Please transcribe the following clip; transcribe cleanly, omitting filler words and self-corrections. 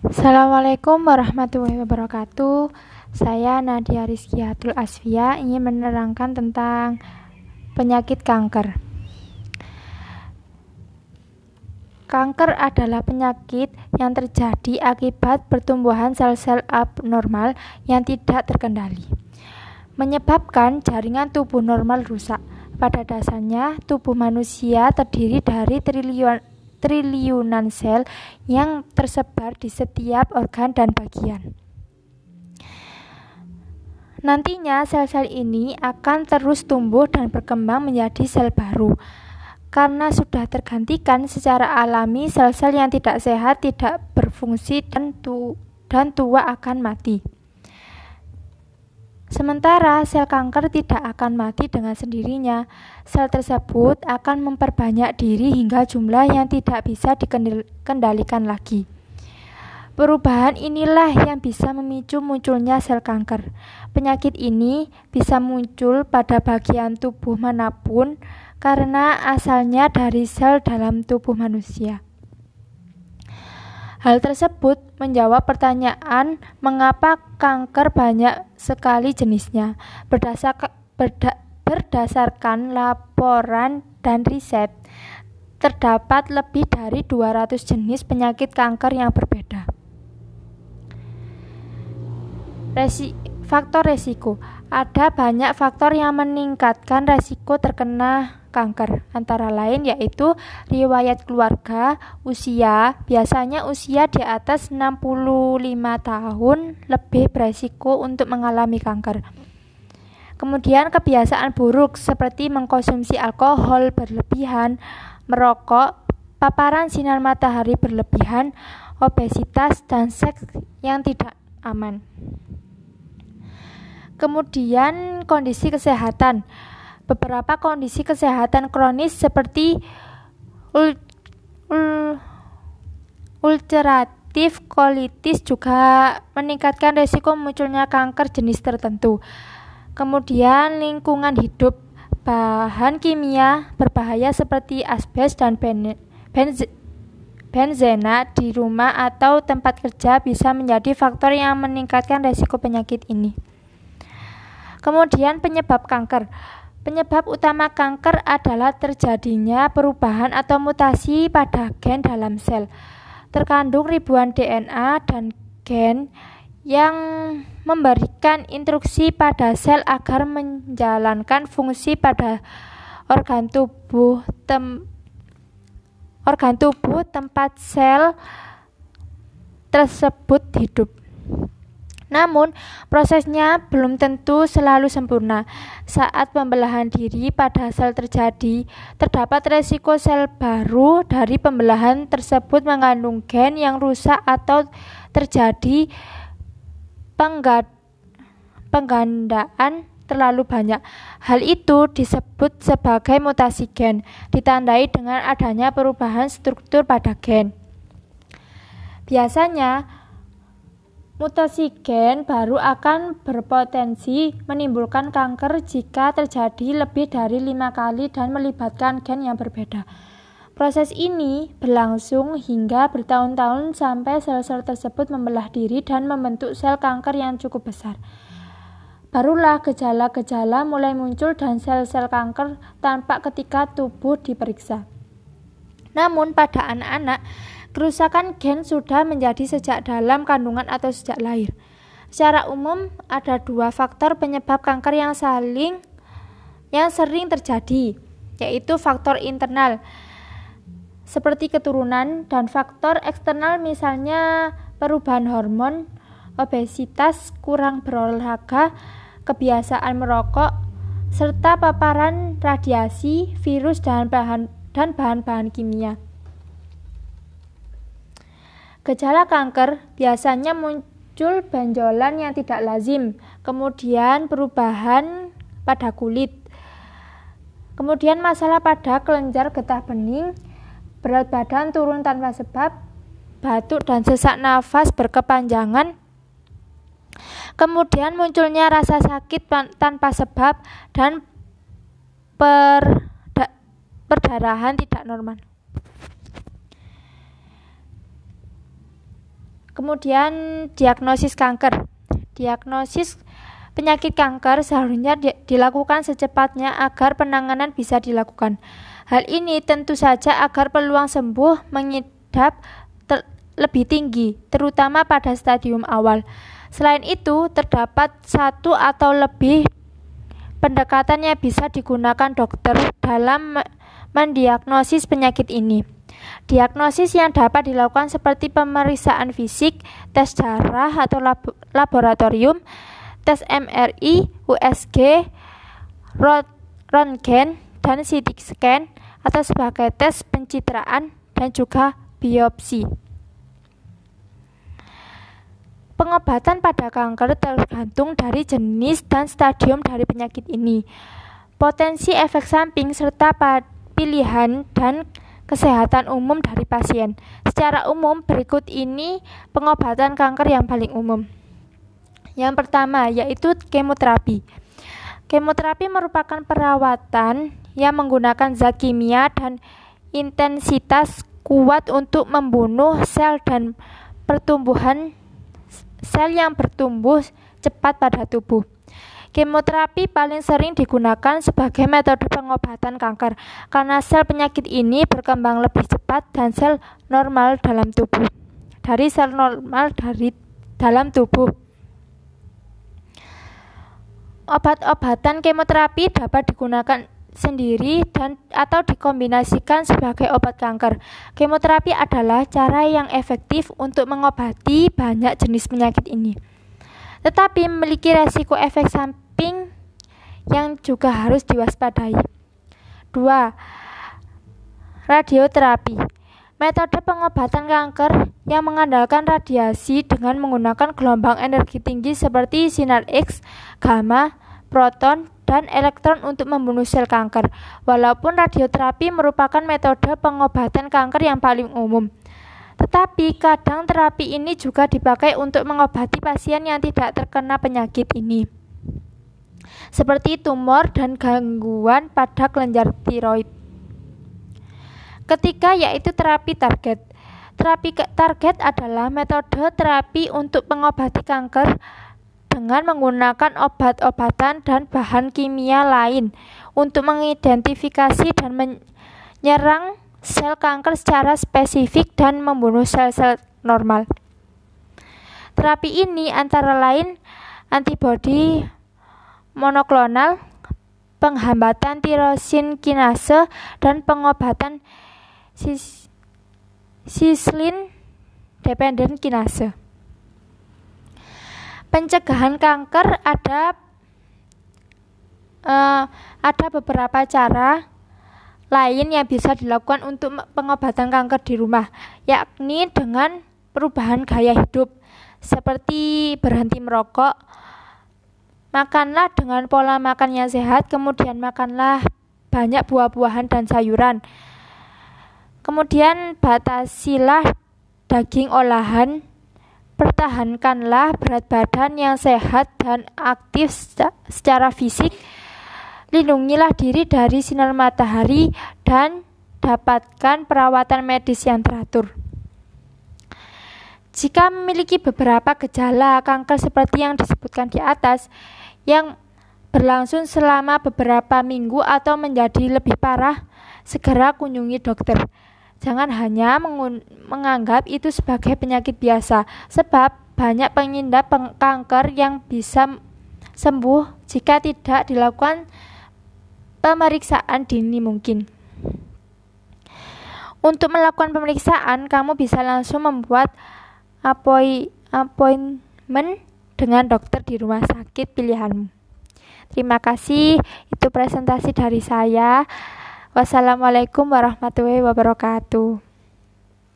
Assalamualaikum warahmatullahi wabarakatuh. Saya Nadia Rizkiatul Asfia ingin menerangkan tentang penyakit kanker. Kanker adalah penyakit yang terjadi akibat pertumbuhan sel-sel abnormal yang tidak terkendali, menyebabkan jaringan tubuh normal rusak. Pada dasarnya, tubuh manusia terdiri dari triliunan sel yang tersebar di setiap organ dan bagian. Nantinya sel-sel ini akan terus tumbuh dan berkembang menjadi sel baru. Karena sudah tergantikan secara alami, sel-sel yang tidak sehat tidak berfungsi dan tua akan mati. Sementara sel kanker tidak akan mati dengan sendirinya. Sel tersebut akan memperbanyak diri hingga jumlah yang tidak bisa dikendalikan lagi. Perubahan inilah yang bisa memicu munculnya sel kanker. Penyakit ini bisa muncul pada bagian tubuh manapun karena asalnya dari sel dalam tubuh manusia. Hal tersebut menjawab pertanyaan mengapa kanker banyak sekali jenisnya. Berdasarkan laporan dan riset, terdapat lebih dari 200 jenis penyakit kanker yang berbeda. Faktor resiko. Ada banyak faktor yang meningkatkan resiko terkena kanker, antara lain yaitu riwayat keluarga, usia. Biasanya usia di atas 65 tahun lebih beresiko untuk mengalami kanker. Kemudian kebiasaan buruk seperti mengkonsumsi alkohol berlebihan, merokok, paparan sinar matahari berlebihan, obesitas, dan seks yang tidak aman. Kemudian kondisi kesehatan. Beberapa kondisi kesehatan kronis seperti ulceratif colitis juga meningkatkan risiko munculnya kanker jenis tertentu. Kemudian lingkungan hidup. Bahan kimia berbahaya seperti asbes dan benzena di rumah atau tempat kerja bisa menjadi faktor yang meningkatkan risiko penyakit ini. Kemudian penyebab kanker. Penyebab utama kanker adalah terjadinya perubahan atau mutasi pada gen dalam sel. Terkandung ribuan DNA dan gen yang memberikan instruksi pada sel agar menjalankan fungsi pada organ tubuh tempat sel tersebut hidup. Namun, prosesnya belum tentu selalu sempurna. Saat pembelahan diri pada sel terjadi, terdapat resiko sel baru dari pembelahan tersebut mengandung gen yang rusak atau terjadi penggandaan terlalu banyak. Hal itu disebut sebagai mutasi gen, ditandai dengan adanya perubahan struktur pada gen. Biasanya, mutasi gen baru akan berpotensi menimbulkan kanker jika terjadi lebih dari 5 kali dan melibatkan gen yang berbeda. Proses ini berlangsung hingga bertahun-tahun sampai sel-sel tersebut membelah diri dan membentuk sel kanker yang cukup besar. Barulah gejala-gejala mulai muncul dan sel-sel kanker tampak ketika tubuh diperiksa. Namun pada anak-anak, kerusakan gen sudah menjadi sejak dalam kandungan atau sejak lahir. Secara umum, ada 2 faktor penyebab kanker yang sering terjadi, yaitu faktor internal, seperti keturunan, dan faktor eksternal misalnya perubahan hormon, obesitas, kurang berolahraga, kebiasaan merokok, serta paparan radiasi, virus, dan bahan-bahan kimia. Gejala kanker biasanya muncul benjolan yang tidak lazim, kemudian perubahan pada kulit, kemudian masalah pada kelenjar getah bening, berat badan turun tanpa sebab, batuk dan sesak nafas berkepanjangan, kemudian munculnya rasa sakit tanpa sebab, dan perdarahan tidak normal. Kemudian diagnosis kanker. Diagnosis penyakit kanker seharusnya dilakukan secepatnya agar penanganan bisa dilakukan. Hal ini tentu saja agar peluang sembuh mengidap lebih tinggi, terutama pada stadium awal. Selain itu, terdapat satu atau lebih pendekatan yang bisa digunakan dokter dalam mendiagnosis penyakit ini. Diagnosis yang dapat dilakukan seperti pemeriksaan fisik, tes darah atau laboratorium, tes MRI, USG, röntgen, dan CT scan, atau sebagai tes pencitraan dan juga biopsi. Pengobatan pada kanker tergantung dari jenis dan stadium dari penyakit ini, potensi efek samping, serta pilihan dan kesehatan umum dari pasien. Secara umum, berikut ini pengobatan kanker yang paling umum. Yang pertama yaitu kemoterapi. Kemoterapi merupakan perawatan yang menggunakan zat kimia dan intensitas kuat untuk membunuh sel dan pertumbuhan sel yang bertumbuh cepat pada tubuh. Kemoterapi paling sering digunakan sebagai metode pengobatan kanker karena sel penyakit ini berkembang lebih cepat dan sel normal dalam tubuh dari sel normal dari dalam tubuh. Obat-obatan kemoterapi dapat digunakan sendiri dan atau dikombinasikan sebagai obat kanker. Kemoterapi adalah cara yang efektif untuk mengobati banyak jenis penyakit ini, tetapi memiliki resiko efek samping yang juga harus diwaspadai. 2. Radioterapi. Metode pengobatan kanker yang mengandalkan radiasi dengan menggunakan gelombang energi tinggi seperti sinar X, gamma, proton, dan elektron untuk membunuh sel kanker. Walaupun radioterapi merupakan metode pengobatan kanker yang paling umum, tetapi kadang terapi ini juga dipakai untuk mengobati pasien yang tidak terkena penyakit ini, seperti tumor dan gangguan pada kelenjar tiroid. Ketiga yaitu terapi target. Terapi target adalah metode terapi untuk mengobati kanker dengan menggunakan obat-obatan dan bahan kimia lain untuk mengidentifikasi dan menyerang sel kanker secara spesifik dan membunuh sel-sel normal. Terapi ini antara lain antibodi monoklonal, penghambatan tirosin kinase, dan pengobatan sislin dependent kinase. Pencegahan kanker ada beberapa cara lain yang bisa dilakukan untuk pengobatan kanker di rumah, yakni dengan perubahan gaya hidup, seperti berhenti merokok, makanlah dengan pola makan yang sehat, kemudian makanlah banyak buah-buahan dan sayuran, kemudian batasilah daging olahan, pertahankanlah berat badan yang sehat dan aktif secara fisik, lindungilah diri dari sinar matahari, dan dapatkan perawatan medis yang teratur. Jika memiliki beberapa gejala kanker seperti yang disebutkan di atas, yang berlangsung selama beberapa minggu atau menjadi lebih parah, segera kunjungi dokter. Jangan hanya menganggap itu sebagai penyakit biasa, sebab banyak pengidap kanker yang bisa sembuh jika tidak dilakukan pemeriksaan dini mungkin. Untuk melakukan pemeriksaan, kamu bisa langsung membuat appointment dengan dokter di rumah sakit pilihanmu. Terima kasih, itu presentasi dari saya. Wassalamualaikum warahmatullahi wabarakatuh.